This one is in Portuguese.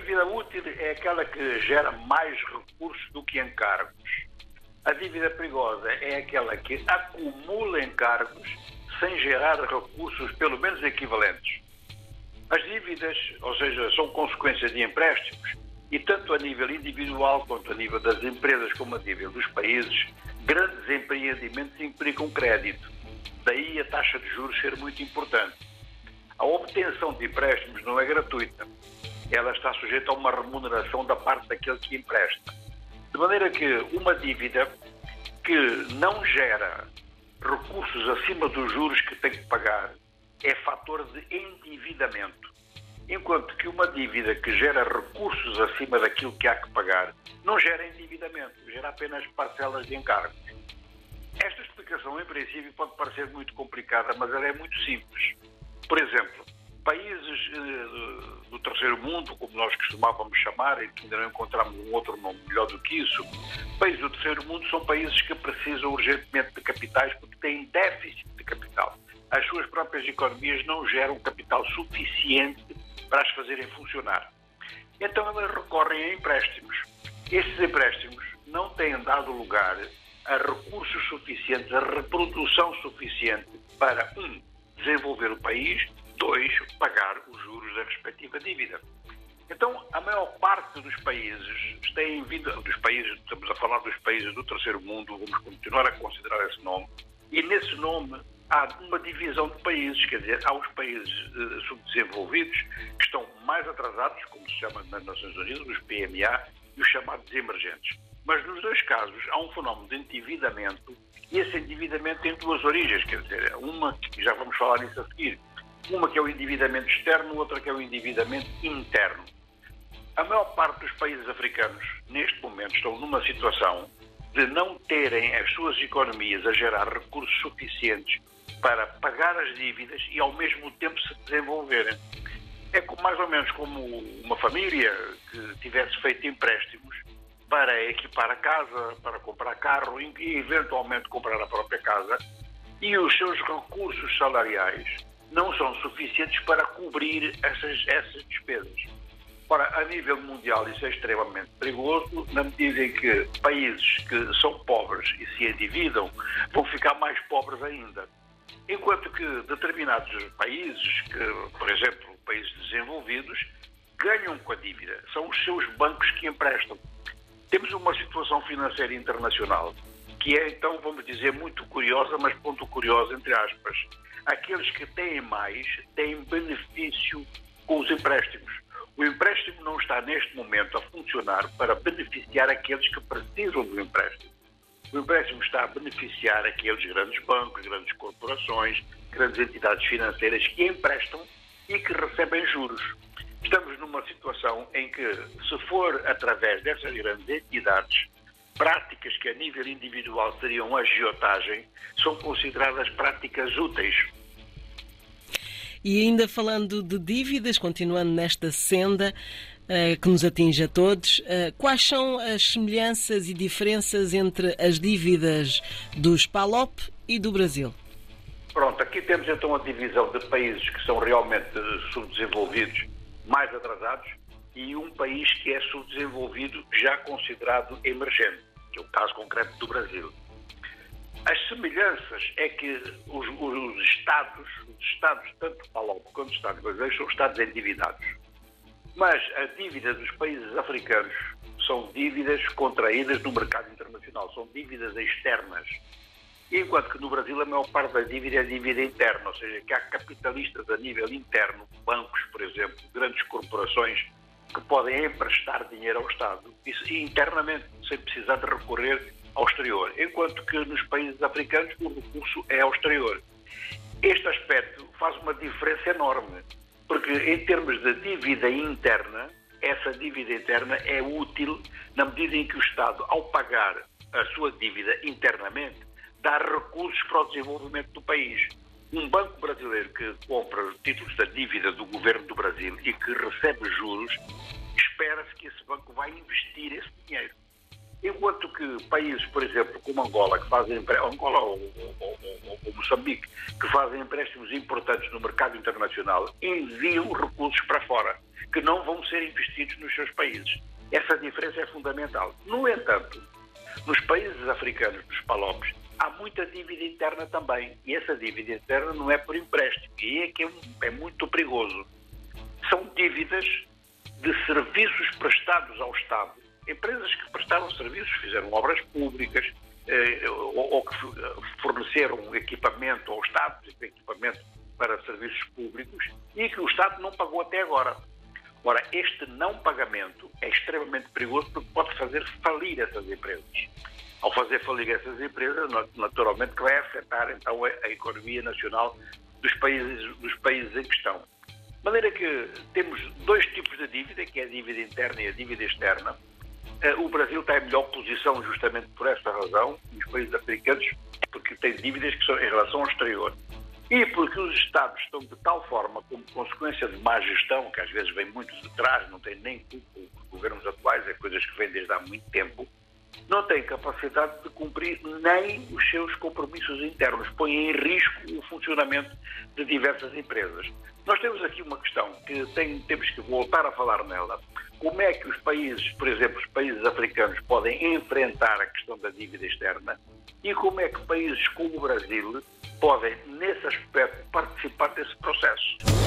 dívida útil é aquela que gera mais recursos do que encargos. A dívida perigosa é aquela que acumula encargos sem gerar recursos pelo menos equivalentes. As dívidas, ou seja, são consequências de empréstimos e tanto a nível individual quanto a nível das empresas como a nível dos países, grandes empreendimentos implicam crédito. Daí a taxa de juros ser muito importante. A obtenção de empréstimos não é gratuita. Ela está sujeita a uma remuneração da parte daquele que empresta. De maneira que uma dívida que não gera recursos acima dos juros que tem que pagar é fator de endividamento. Enquanto que uma dívida que gera recursos acima daquilo que há que pagar não gera endividamento, gera apenas parcelas de encargos. Esta explicação, em princípio, pode parecer muito complicada, mas ela é muito simples. Por exemplo, países do terceiro mundo, como nós costumávamos chamar, e que ainda não encontramos um outro nome melhor do que isso, países do terceiro mundo são países que precisam urgentemente de capitais porque têm déficit de capital. As suas próprias economias não geram capital suficiente para as fazerem funcionar. Então elas recorrem a empréstimos. Estes empréstimos não têm dado lugar a recursos suficientes, a reprodução suficiente para, desenvolver o país, 2, pagar os juros da respectiva dívida. Então, a maior parte dos países têm vindo, estamos a falar dos países do terceiro mundo, vamos continuar a considerar esse nome, e nesse nome há uma divisão de países, quer dizer, há os países subdesenvolvidos que estão mais atrasados, como se chama nas Nações Unidas, os PMA, e os chamados emergentes. Mas nos dois casos há um fenómeno de endividamento, e esse endividamento tem duas origens, quer dizer, uma, e já vamos falar nisso a seguir, uma que é o endividamento externo, outra que é o endividamento interno. A maior parte dos países africanos, neste momento, estão numa situação de não terem as suas economias a gerar recursos suficientes para pagar as dívidas e, ao mesmo tempo, se desenvolverem. É mais ou menos como uma família que tivesse feito empréstimos para equipar a casa, para comprar carro e, eventualmente, comprar a própria casa, e os seus recursos salariais não são suficientes para cobrir essas despesas. Ora, a nível mundial isso é extremamente perigoso, na medida em que países que são pobres e se endividam vão ficar mais pobres ainda. Enquanto que determinados países, por exemplo, países desenvolvidos, ganham com a dívida. São os seus bancos que emprestam. Temos uma situação financeira internacional que é, então, vamos dizer, muito curiosa, mas ponto curioso, entre aspas. Aqueles que têm mais têm benefício com os empréstimos. O empréstimo não está, neste momento, a funcionar para beneficiar aqueles que precisam do empréstimo. O empréstimo está a beneficiar aqueles grandes bancos, grandes corporações, grandes entidades financeiras que emprestam e que recebem juros. Estamos numa situação em que, se for através dessas grandes entidades, práticas que a nível individual seriam agiotagem, são consideradas práticas úteis. E ainda falando de dívidas, continuando nesta senda que nos atinge a todos, quais são as semelhanças e diferenças entre as dívidas dos PALOP e do Brasil? Pronto, aqui temos então a divisão de países que são realmente subdesenvolvidos, mais atrasados, e um país que é subdesenvolvido já considerado emergente, que é o caso concreto do Brasil. As semelhanças é que os Estados, tanto PALOP quanto os Estados brasileiros, são Estados endividados. Mas a dívida dos países africanos são dívidas contraídas no mercado internacional, são dívidas externas. Enquanto que no Brasil a maior parte da dívida é dívida interna, ou seja, que há capitalistas a nível interno, bancos, por exemplo, grandes corporações, que podem emprestar dinheiro ao Estado, isso internamente, sem precisar de recorrer ao exterior, enquanto que nos países africanos o recurso é ao exterior. Este aspecto faz uma diferença enorme, porque em termos de dívida interna, essa dívida interna é útil na medida em que o Estado, ao pagar a sua dívida internamente, dá recursos para o desenvolvimento do país. Um banco brasileiro que compra títulos da dívida do governo do Brasil e que recebe juros, espera-se que esse banco vai investir esse dinheiro. Enquanto que países, por exemplo, como Angola, que fazem Angola ou Moçambique, que fazem empréstimos importantes no mercado internacional, enviam recursos para fora. que não vão ser investidos nos seus países. Essa diferença é fundamental. No entanto, nos países africanos, dos PALOPs, há muita dívida interna também. E essa dívida interna não é por empréstimo. E aí é que é muito perigoso. São dívidas de serviços prestados ao Estado. Empresas que prestaram serviços, fizeram obras públicas, ou que forneceram equipamento ao Estado, equipamento para serviços públicos, e que o Estado não pagou até agora. Ora, este não pagamento é extremamente perigoso porque pode fazer falir essas empresas. Ao fazer falir essas empresas, naturalmente que vai afetar então a economia nacional dos países em questão. De maneira que temos dois tipos de dívida, que é a dívida interna e a dívida externa. O Brasil está em melhor posição justamente por esta razão, os países africanos, porque tem dívidas que são em relação ao exterior. E porque os Estados estão de tal forma, como consequência de má gestão, que às vezes vem muito de trás, não tem nem culpa os governos atuais, é coisas que vêm desde há muito tempo, não têm capacidade de cumprir nem os seus compromissos internos, põem em risco o funcionamento de diversas empresas. Nós temos aqui uma questão que temos que voltar a falar nela. Como é que os países, por exemplo, os países africanos podem enfrentar a questão da dívida externa e como é que países como o Brasil podem, nesse aspecto, participar desse processo.